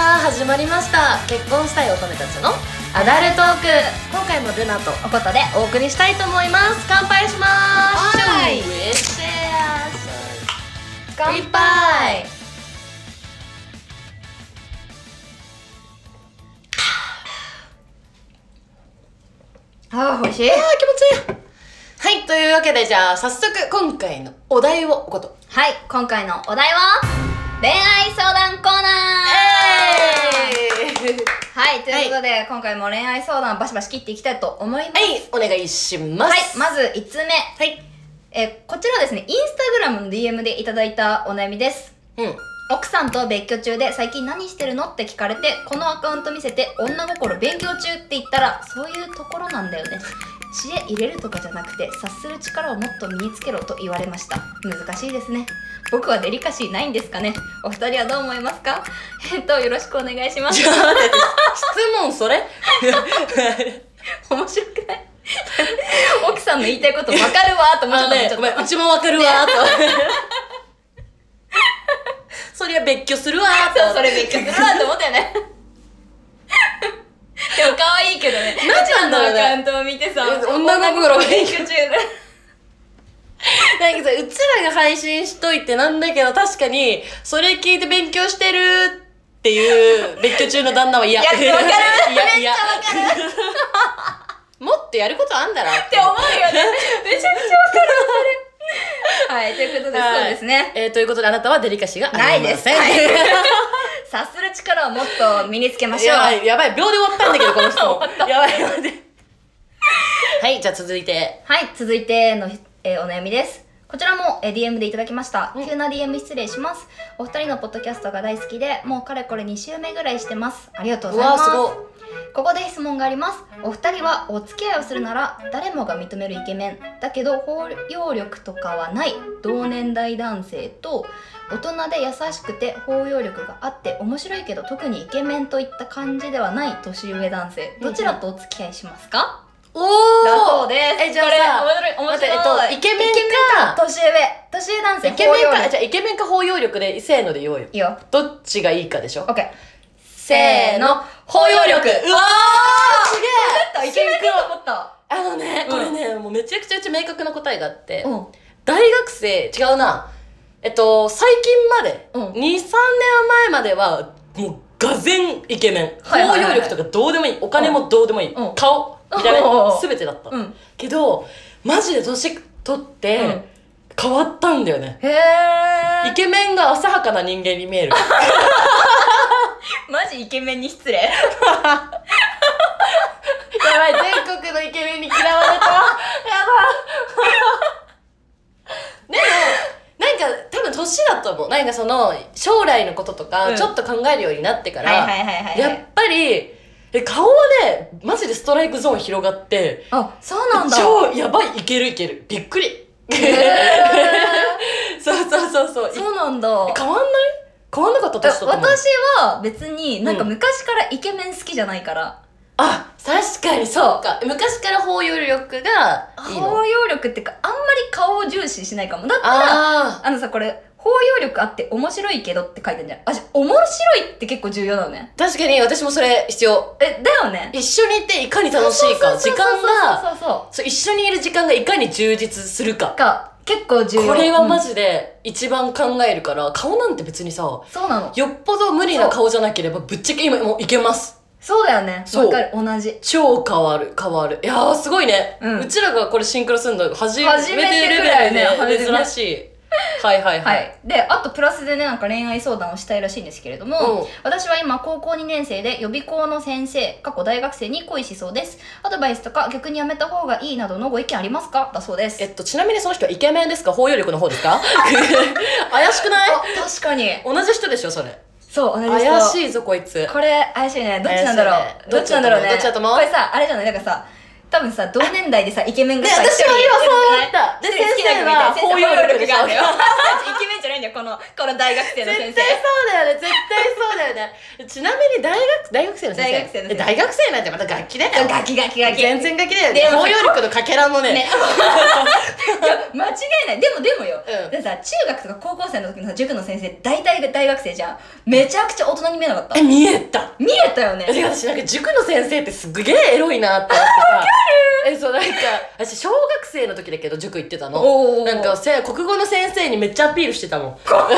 さあ始まりました。結婚したい乙女たちのアダルトーク。今回もルナとおことでお送りしたいと思います。乾杯します。 はい、 乾杯。 あー、美味しい。 気持ちいい。はい、というわけでじゃあ早速今回のお題をおこと。 はい、今回のお題は恋愛相談コーナー。はい、ということで、今回も恋愛相談バシバシ切っていきたいと思います。 はい、お願いします。 はい、まず1つ目。 はい。 こちらはですね、インスタグラムの DM でいただいたお悩みです。奥さんと別居中で最近何してるのって聞かれて、このアカウント見せて女心勉強中って言ったら、そういうところなんだよね。知恵入れるとかじゃなくて、察する力をもっと身につけろと言われました。難しいですね。僕はデリカシーないんですかね。お二人はどう思いますか？よろしくお願いします。 質問それ面白くない？奥さんの言いたいこと分かるわと思っちゃった。 ごめん、うちも分かるわと。そりゃ別居するわと。 そう、それ別居するわと思ったよね。でも可愛いけどね。 何なんだろうね。 アカウントを見てさ、 女心勉強中で。 なんかさ、うちらが配信しといてなんだけど、確かにそれ聞いて勉強してるっていう別居中の旦那は嫌。 いや、わかる。めっちゃわかる。 もっとやることあんだろって思うよね。めちゃくちゃわかるそれ。はい、ということで、そうですね。 ということで、あなたはデリカシーがないです。察する力をもっと身につけましょう。 やばい、秒で終わったんだけど、この人。 終わった。 やばい、待って。はい、じゃあ続いて。 はい、続いての、お悩みです。こちらも、DM でいただきました。急な DM 失礼します。お二人のポッドキャストが大好きで、もうかれこれ2週目ぐらいしてます。ありがとうございます。 うわ、すごい。 ここで質問があります。お二人はお付き合いをするなら誰もが認めるイケメンだけど包容力とかはない同年代男性と、大人で優しくて包容力があって面白いけど特にイケメンといった感じではない年上男性、どちらとお付き合いしますか？ おー、 だそうです。 じゃあさ、 面白い。 イケメンか年上男性、 イケメンか、じゃあイケメンか包容力でせーので言おうよ。 いいよ。 どっちがいいかでしょ。 オッケー。 せーの、包容力。うわー、すげえ。 イケメンだと思った。 これね、もうめちゃくちゃうち明確な答えがあって、 うん、 大学生、違うな。最近まで、2、3年前までは、もう、がぜんイケメン。包容力とかどうでもいい。お金もどうでもいい。顔、見た目、すべてだった。けど、マジで年取って、変わったんだよね。 へー。 イケメンが浅はかな人間に見える。 マジイケメンに失礼。 やばい、全国のイケメンに嫌われた。やばでも、なんか多分年だと思う。なんかその将来のこととかちょっと考えるようになってから、やっぱり顔はね、マジでストライクゾーン広がって、 あ、そうなんだ。 超やばい、いける。びっくり。そう。 そうなんだ。 変わんなかった年とかも。 私は別になんか昔からイケメン好きじゃないから。 あ、確かにそうか。昔から包容力がいいの。 包容力っていうか、あんまり顔を重視しないかも。だったら、さ、これ、包容力あって面白いけどって書いてあるじゃん。面白いって結構重要なのね。 確かに私もそれ必要。 だよね。 一緒にいていかに楽しいか、時間が、 そう一緒にいる時間がいかに充実するか。 結構重要。 これはマジで一番考えるから、顔なんて別にさ、 そうなの。 よっぽど無理な顔じゃなければ、ぶっちゃけ今もういけます。 そうだよね。わかる、同じ。 超変わる。いやー、すごいね。うちらがこれシンクロするの初めてレベルで珍しい。はい。 で、あとプラスでね、なんか恋愛相談をしたいらしいんですけれども、私は今高校2年生で予備校の先生、過去大学生に恋しそうです。アドバイスとか逆にやめた方がいいなどのご意見ありますか？だそうです。 ちなみにその人はイケメンですか？包容力の方ですか？怪しくない？ 確かに。 同じ人でしょ、それ。 そう、同じ人。 怪しいぞ、こいつ。 これ、怪しいね。どっちなんだろう。どっちなんだろうね。 どっちだと思う？ これさ、あれじゃない？なんかさ、多分さ、同年代でさ、イケメンがさ、 私は今そう思った。 で、先生は包容力があるよ。イケメンじゃないんだよ、この大学生の先生。 絶対そうだよね。ちちなみに大学生の先生。 大学生の先生。 大学生なんてまた楽器だよ。 楽器。 全然楽器だよ。包容力のかけらもね。 いや、間違いない。でもよ。 うん、 でさ、中学とか高校生の時のさ、塾の先生、大体大学生じゃん。めちゃくちゃ大人に見えなかった。 見えたよね。 私なんか塾の先生ってすっげえエロいなって思ってさ。そうなんか、私小学生の時だけど塾行ってたの。なんか国語の先生にめっちゃアピールしてたもん。 小学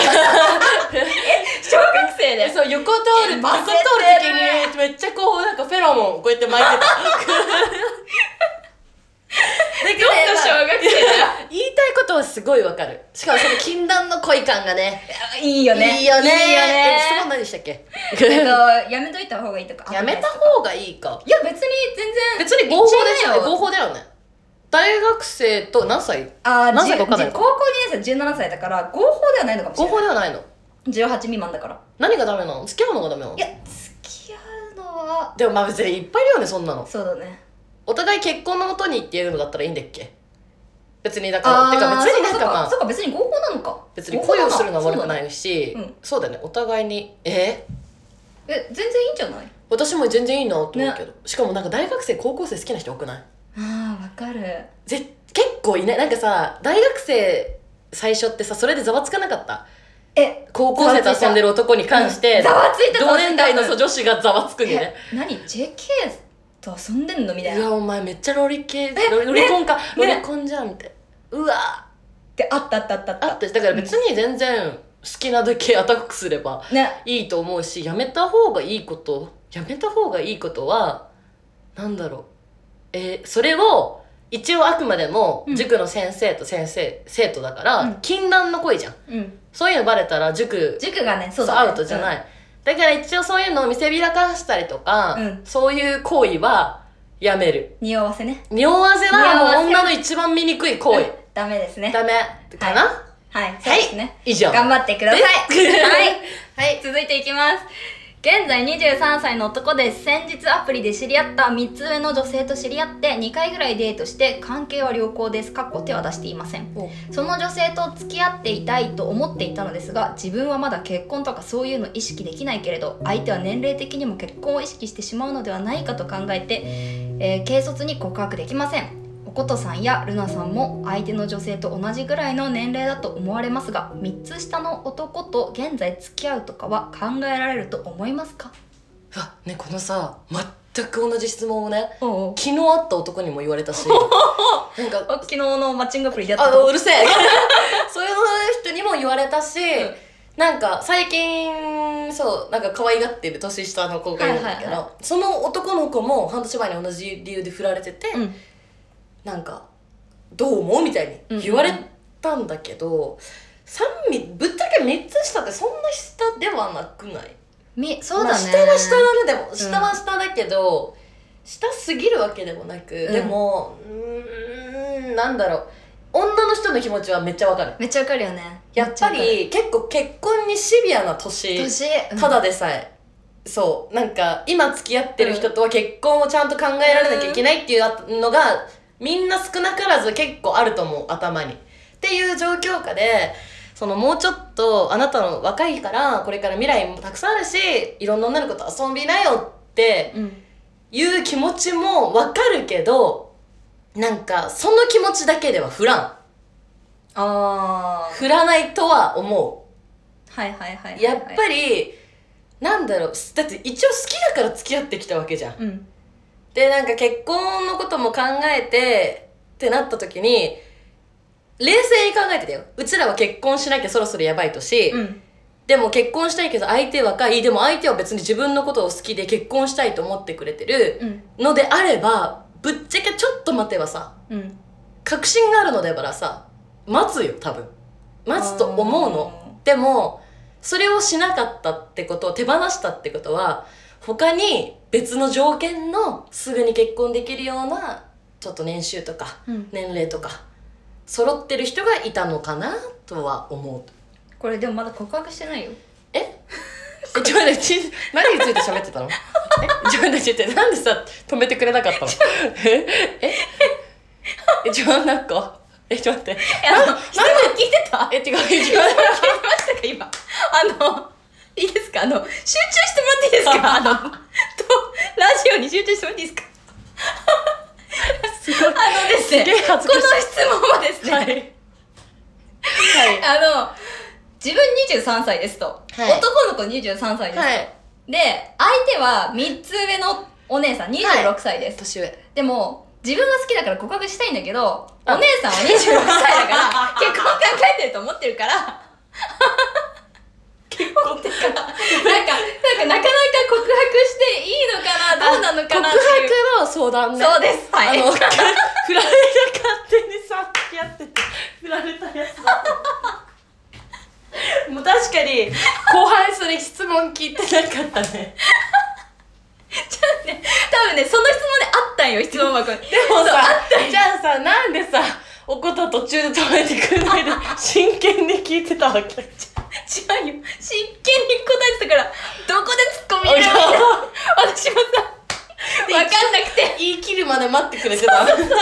生でそう、横通る時にめっちゃこうなんかフェロモンこうやって巻いてた。 どんな小学生だよ。 言いたいことはすごいわかる。しかもその禁断の恋感がね。 いいよね。 質問何でしたっけ？ やめといた方がいいとか。 やめた方がいいか。 いや別に全然。 別に合法でしょ。合法だよね。大学生と何歳？何歳か分かんない。 高校2年生17歳だから合法ではないのかもしれない。 合法ではないの。 18未満だから。 何がダメなの？付き合うのがダメなの？ いや、付き合うのは。 でもまあ別にいっぱいいるよね、そんなの。 そうだね。 お互い結婚のもとにっていうのだったらいいんだっけ？別にだからてか別になんかまあそうか別に合法なのか。 別に恋をするのは悪くないし、そうだね、お互いに全然いいんじゃない？ 私も全然いいなと思うけど、しかもなんか大学生高校生好きな人多くない？ わかる。 結構いない。なんかさ、大学生最初ってさ、それでざわつかなかった？高校生と遊んでる男に関してざわついた。 同年代の女子がざわつくんでね。 何 JK と遊んでんのみたいな。 いやお前めっちゃロリコンか、ロリコンじゃんみたいな。うわーってあっただから別に全然好きなだけアタックすればいいと思うし、やめた方がいいことはなんだろう、それを一応あくまでも塾の先生と生徒だから、禁断の恋じゃん、そういうのバレたら塾がね、そうアウトじゃない、だから一応そういうのを見せびらかしたりとか、そういう行為はやめる。 匂わせね。 匂わせはもう女の一番醜い行為。 ダメですね。 ダメかな？ はい、そうですね。 以上。 頑張ってください。はい、続いていきます。現在23歳の男です。先日アプリで知り合った3つ上の女性と知り合って2回ぐらいデートして関係は良好です。手は出していません。その女性と付き合っていたいと思っていたのですが、自分はまだ結婚とかそういうの意識できないけれど、相手は年齢的にも結婚を意識してしまうのではないかと考えて、軽率に告白できません。おことさんやルナさんも相手の女性と同じぐらいの年齢だと思われますが、3つ下の男と現在付き合うとかは考えられると思いますか？ ね、このさ全く同じ質問をね、 昨日会った男にも言われたしなんか昨日のマッチングアプリでやったうるせえそういう人にも言われたし、なんか最近なんか可愛がってる年下の子がいるんだけど、その男の子も半年前に同じ理由で振られてて、なんかどう思うみたいに言われたんだけど、ぶっちゃけ3つ下ってそんな下ではなくない？ そうだね、 下は下だね。でも下は下だけど、下すぎるわけでもなく、でもなんだろう、女の人の気持ちはめっちゃわかる。 めっちゃわかるよね。 やっぱり結構結婚にシビアな年ただでさえ、なんか今付き合ってる人とは結婚をちゃんと考えられなきゃいけないっていうのがみんな少なからず結構あると思う、頭にっていう状況下で、もうちょっとあなたの若いからこれから未来もたくさんあるし、いろんな女の子と遊びなよっていう気持ちもわかるけど、なんかその気持ちだけでは振らないとは思う。やっぱりなんだろう、だって一応好きだから付き合ってきたわけじゃん、でなんか結婚のことも考えてってなった時に冷静に考えてたよ。うちらは結婚しなきゃそろそろやばい年、でも結婚したいけど相手若い、でも相手は別に自分のことを好きで結婚したいと思ってくれてるのであれば、ぶっちゃけちょっと待てばさ、確信があるのであればさ待つよ、多分待つと思うの。でもそれをしなかったってことを手放したってことは、他に別の条件のすぐに結婚できるようなちょっと年収とか、年齢とか揃ってる人がいたのかなとは思う。 これでもまだ告白してないよ。 ちょっと待って、何について喋ってたの？ちょっと待って、なんでさ止めてくれなかったの？なんかちょっと待って、 何で聞いてた？ 違う聞いてましたか今？ いいですか、集中してもらっていいですかラジオに集中してもらっていいですかすごいですね、この質問はですね、はい、自分23歳ですと、はい、男の子23歳ですと、はい、で、相手は3つ上のお姉さん26歳です、 年上。 でも自分は好きだから告白したいんだけど、お姉さんは26歳だから結婚考えてると思ってるから結婚ってかなんかなかなか告白していいのかな、どうなのかなっていう告白の相談ね。 そうです、はい、 振られが勝手にさ付き合ってて振られたやつだもう確かに後輩それ質問聞いてなかったね多分ね、その質問であったんよ、質問箱に。 でもさ、じゃあさ、なんでさ、おこと途中で止めてくんないで真剣に聞いてたわけ？違うよ、 真剣に答えてたから、どこで突っ込み入れるの私もさ、分かんなくて言い切るまで待ってくれてた。そう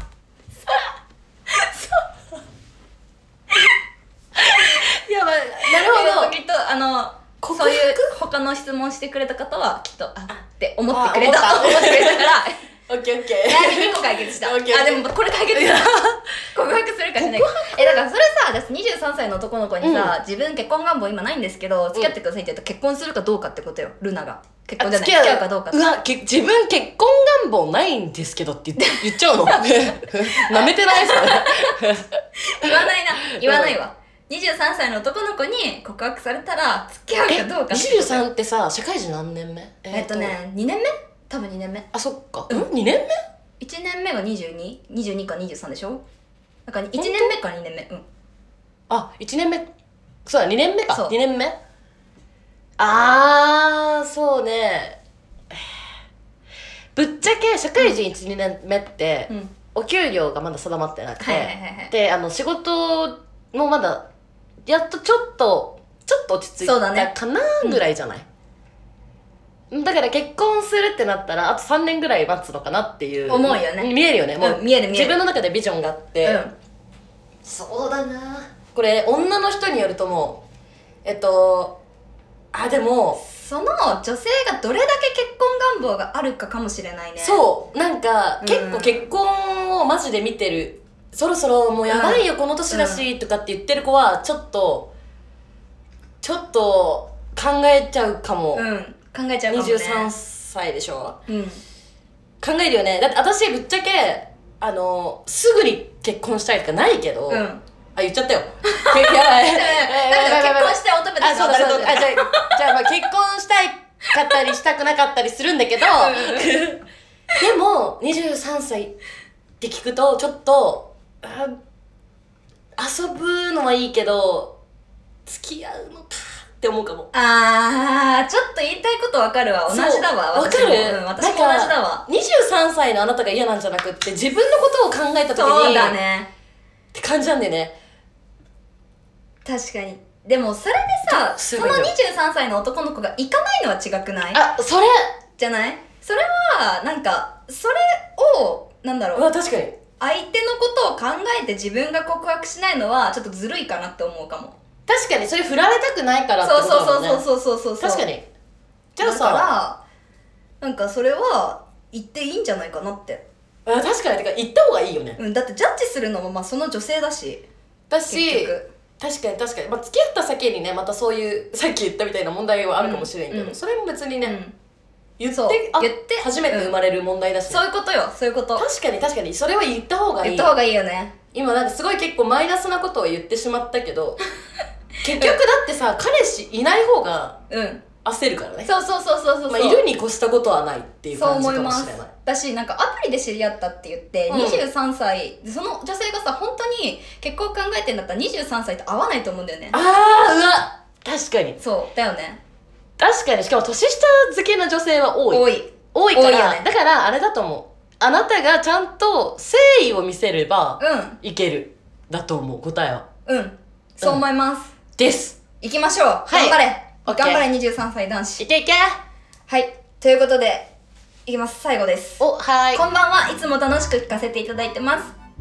いや、まあ、なるほど。 きっとそういう他の質問してくれた方はきっとって思ってくれたからオッケーオッケー2個解決した。でもこれ解決した告白するかしないか。だからそれさ、私23歳の男の子にさ、自分結婚願望今ないんですけど付き合ってくださいって言ったら結婚するかどうかってことよ。ルナが結婚じゃない付き合うかどうか。 うわ、自分結婚願望ないんですけどって言っちゃうのなめてない？それ言わないわ。23歳の男の子に告白されたら付き合うかどうか。 23ってさ、社会人何年目 ？2年目？多分2年目。 あ、そっか。2年目 ?1 年目が22か23でしょ。だから1年目か2年目。うん。 あ、1年目。そうだ、2年目か。2年目。そうね。ぶっちゃけ社会人 1,2 年目って、お給料がまだ定まってなくて、で、仕事もまだやっとちょっと落ち着いたかなぐらいじゃない？だから結婚するってなったらあと3年ぐらい待つのかなっていう思うよね。 見えるよね。もう見える自分の中でビジョンがあって、そうだな。これ女の人によると思う。でもその女性がどれだけ結婚願望があるかかもしれないね。 そう、なんか、結構結婚をマジで見てる、そろそろもうやばいよ、この年だし、とかって言ってる子はちょっと考えちゃうかも。 考えちゃうかもね。 23歳でしょ。考えるよね。だって私ぶっちゃけすぐに結婚したいとかないけど、言っちゃったよ。やばい。 結婚して乙女だしそうじゃあまあ結婚したいかったりしたくなかったりするんだけどでも23歳って聞くとちょっと遊ぶのはいいけど付き合うのかって思うかも。 ちょっと言いたいことわかるわ。同じだわ。 わかる？ 私も同じだわ。 23歳のあなたが嫌なんじゃなくって自分のことを考えた時にそうだねって感じなんだよね。 確かに。でもそれでさ、その23歳の男の子が行かないのは違くない？ それじゃない？それはなんかそれをなんだろう、 確かに相手のことを考えて自分が告白しないのはちょっとずるいかなって思うかも。 確かにそれ振られたくないからってことだもんね。 そう確かに。じゃあさ、 だからなんかそれは言っていいんじゃないかなって。 確かに。てか言った方がいいよね。 だってジャッジするのもまあその女性だし結局。確かに、まあ、付き合った先にねまたそういうさっき言ったみたいな問題はあるかもしれんけど、それも別にね、言って初めて生まれる問題だし、 そういうことよ。そういうこと。 確かにそれは言った方がいい。 言った方がいいよね。今なんかすごい結構マイナスなことを言ってしまったけど結局だってさ彼氏いない方が焦るからね。 そうまあ、いるに越したことはないっていう感じかもしれない。 そう思います。だしなんかアプリで知り合ったって言って23歳でその女性がさ本当に結婚考えてんだったら23歳と合わないと思うんだよね。 うわ確かにそうだよね。 確かに。しかも年下好きな女性は多いから、ね、だからあれだと思う。あなたがちゃんと誠意を見せればいける、だと思う。答えはそう思います、 です。 行きましょう。頑張れ頑張れ23歳男子。 いけはい、ということでいきます。最後です。 はい。 こんばんは。いつも楽しく聞かせていただいてます。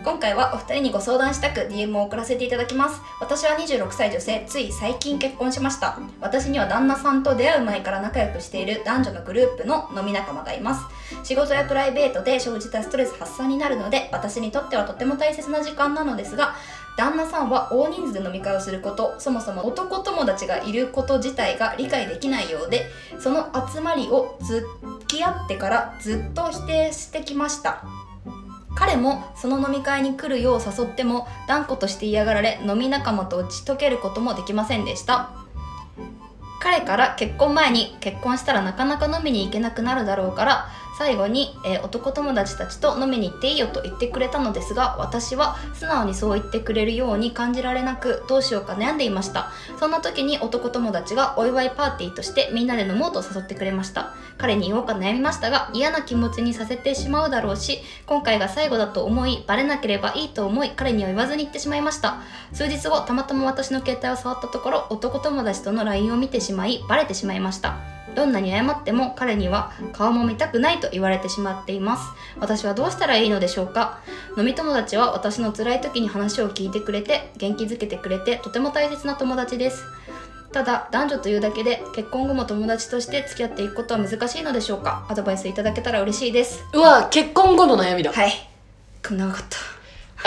今回はお二人にご相談したく DM を送らせていただきます。私は26歳女性、つい最近結婚しました。私には旦那さんと出会う前から仲良くしている男女のグループの飲み仲間がいます。仕事やプライベートで生じたストレス発散になるので、私にとってはとても大切な時間なのですが、旦那さんは大人数で飲み会をすること、そもそも男友達がいること自体が理解できないようで、その集まりを付き合ってからずっと否定してきました。彼もその飲み会に来るよう誘っても断固として嫌がられ、飲み仲間と打ち解けることもできませんでした。彼から結婚前に結婚したらなかなか飲みに行けなくなるだろうから最後に、男友達たちと飲みに行っていいよと言ってくれたのですが、私は素直にそう言ってくれるように感じられなく、どうしようか悩んでいました。そんな時に男友達がお祝いパーティーとしてみんなで飲もうと誘ってくれました。彼に言おうか悩みましたが、嫌な気持ちにさせてしまうだろうし、今回が最後だと思い、バレなければいいと思い、彼には言わずに言ってしまいました。数日後、たまたま私の携帯を触ったところ、男友達との LINE を見てしまい、バレてしまいました。どんなに謝っても彼には顔も見たくないと言われてしまっています。私はどうしたらいいのでしょうか。飲み友達は私の辛い時に話を聞いてくれて、元気づけてくれて、とても大切な友達です。ただ男女というだけで結婚後も友達として付き合っていくことは難しいのでしょうか。アドバイスいただけたら嬉しいです。 うわ、結婚後の悩みだ。 はい、長かった。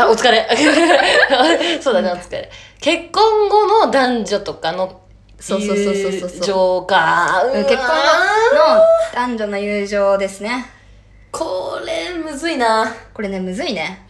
お疲れそうだね、お疲れ。結婚後の男女とかの友情か。 結婚後の男女の友情ですね。 これむずいな。 これね、むずいね。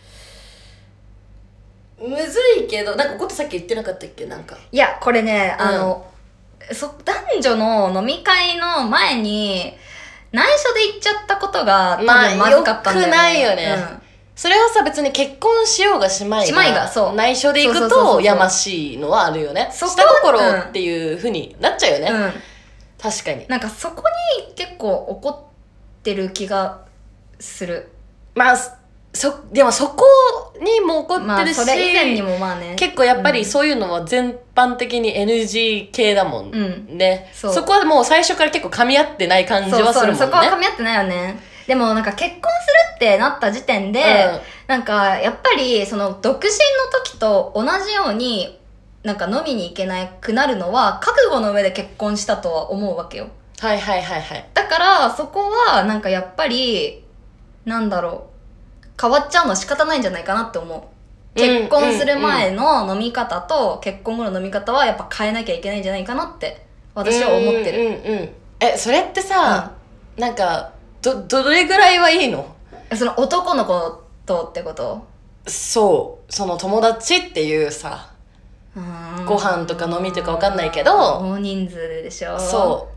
むずいけど、なんかことさっき言ってなかったっけ、なんか。 いや、これね、男女の飲み会の前に内緒で言っちゃったことが多分まずかったんだよね。 よくないよね。それはさ、別に結婚しようがしまいがそう内緒で行くとやましいのはあるよね。下心っていう風になっちゃうよね。確かに。 なんかそこに結構怒ってる気がする。 まあでもそこにも怒ってるし、 それ以前にもまあね、 結構やっぱりそういうのは全般的に NG 系だもんね。そこはもう最初から結構噛み合ってない感じはするもんね。 そこは噛み合ってないよね。でもなんか結婚するってなった時点で、なんかやっぱりその独身の時と同じようになんか飲みに行けなくなるのは覚悟の上で結婚したとは思うわけよ。 はいはいはいはい。 だからそこはなんかやっぱりなんだろう、変わっちゃうのは仕方ないんじゃないかなって思う。結婚する前の飲み方と結婚後の飲み方はやっぱ変えなきゃいけないんじゃないかなって私は思ってる。 それってさ、なんかどれぐらいはいいの？ その男の子とってこと？ そう、その友達っていうさ、ご飯とか飲みとかわかんないけど大人数でしょ。 そう、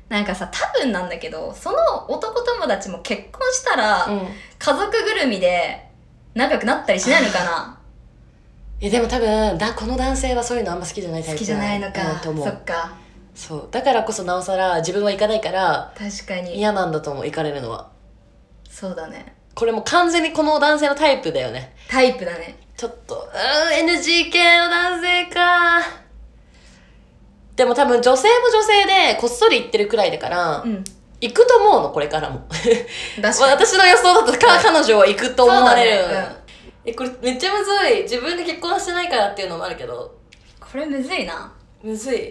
なんかさ、多分なんだけど、その男友達も結婚したら、家族ぐるみで仲良くなったりしないのかな。 でも多分この男性はそういうのあんま好きじゃないタイプじゃないのか。そっか。 そうだからこそなおさら自分は行かないから確かに嫌なんだと思う、行かれるのは。 そうだね。 これも完全にこの男性のタイプだよね。 タイプだね。 ちょっとNG 系の男性か。でも多分女性も女性でこっそり行ってるくらいだから、行くと思うの、これからも。私の予想だと彼女は行くと思われる。これめっちゃむずい。自分で結婚してないからっていうのもあるけど、 これむずいな。 むずい。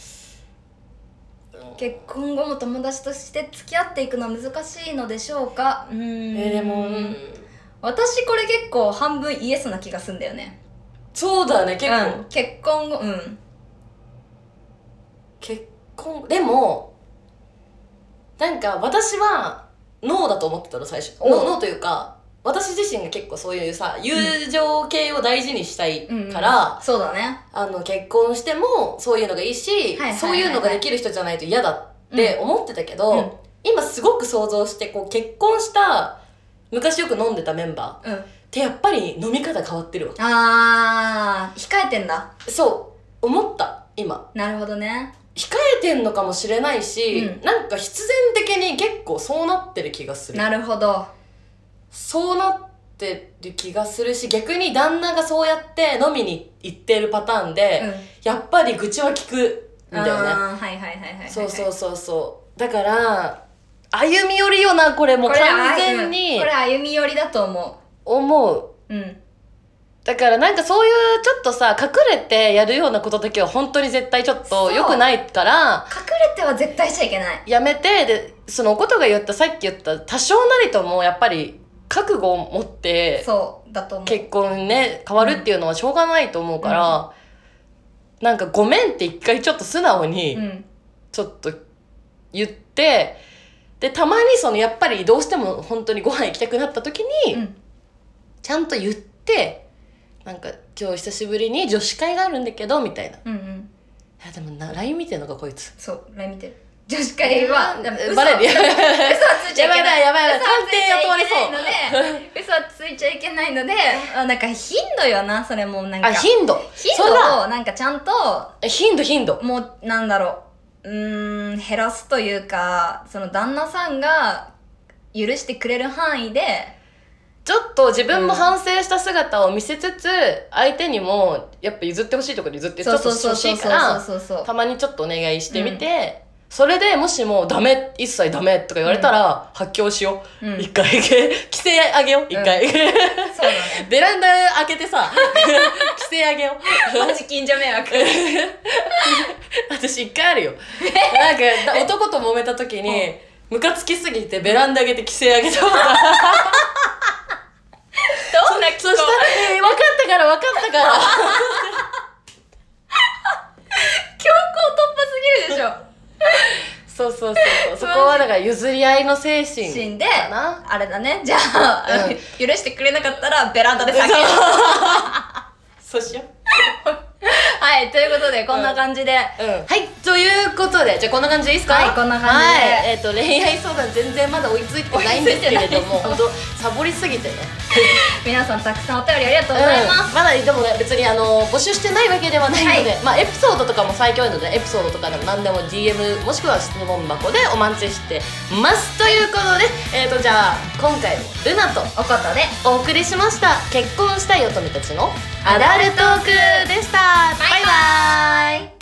結婚後も友達として付き合っていくのは難しいのでしょうか。 でも私これ結構半分イエスな気がすんだよね。 そうだね、結構、 結婚後結婚でもなんか私はノーだと思ってたの最初。ノーというか、私自身が結構そういうさ、友情系を大事にしたいから、 そうだね。 結婚してもそういうのがいいし、そういうのができる人じゃないと嫌だって思ってたけど、今すごく想像してこう結婚した昔よく飲んでたメンバーってやっぱり飲み方変わってるわ。 控えてんだ。 そう思った今。 なるほどね。 控えてんのかもしれないし、なんか必然的に結構そうなってる気がする。 なるほど。 そうなってる気がするし、逆に旦那がそうやって飲みに行ってるパターンで、やっぱり愚痴は聞くんだよね。そうだから歩み寄りよな、これもう完全にこれ歩み寄りだと思う。 だからなんかそういうちょっとさ隠れてやるようなことだけは本当に絶対ちょっと良くないから隠れては絶対しちゃいけない。 やめて、でそのおことが言ったさっき言った多少なりともやっぱり覚悟を持ってそうだと思う。 結婚ね変わるっていうのはしょうがないと思うから、なんかごめんって一回ちょっと素直にちょっと言って、でたまにそのやっぱりどうしても本当にご飯行きたくなった時に、ちゃんと言って、なんか今日久しぶりに女子会があるんだけどみたいな。いやでもLINE 見てんのかこいつ。 そう LINE 見てる。女子会はバレる。嘘はついちゃいけない。 やばい嘘はついちゃいけないので、嘘はついちゃいけないので、なんか頻度よな、それもなんか。 頻度をなんかちゃんと頻度もうなんだろう、減らすというか、その旦那さんが許してくれる範囲で。 ちょっと自分も反省した姿を見せつつ、相手にもやっぱ譲ってほしいところ譲ってちょっとしてほしいから、たまにちょっとお願いしてみて、それでもしもダメ、一切ダメとか言われたら、発狂しよう。一回。規制あげよう、一回。そうだね。ベランダ開けてさ、規制あげよう。 マジ近所迷惑。 私一回あるよ。なんか、男と揉めた時に、ムカつきすぎてベランダ開けて規制あげたことある。 どんな気候？ そしたら、分かったから。 強行突破すぎるでしょ。 そう。そこはだから譲り合いの精神で、 な。 あれだね。じゃあ、許してくれなかったらベランダで叫ぶ。 そうしよう。 はい、ということでこんな感じで、 はい、ということで、じゃあこんな感じでいいですか？ はい、こんな感じで、恋愛相談全然まだ追いついてないんですけれども、本当サボりすぎてね。 皆さんたくさんお便りありがとうございます。 まだでもね、別に募集してないわけではないので、まあエピソードとかも最強なので、エピソードとかでも何でも DM もしくは質問箱でお待ちしてますということで、じゃあ今回もルナとおことでお送りしました。結婚したい乙女たちのアダルトークでした。バイバイ。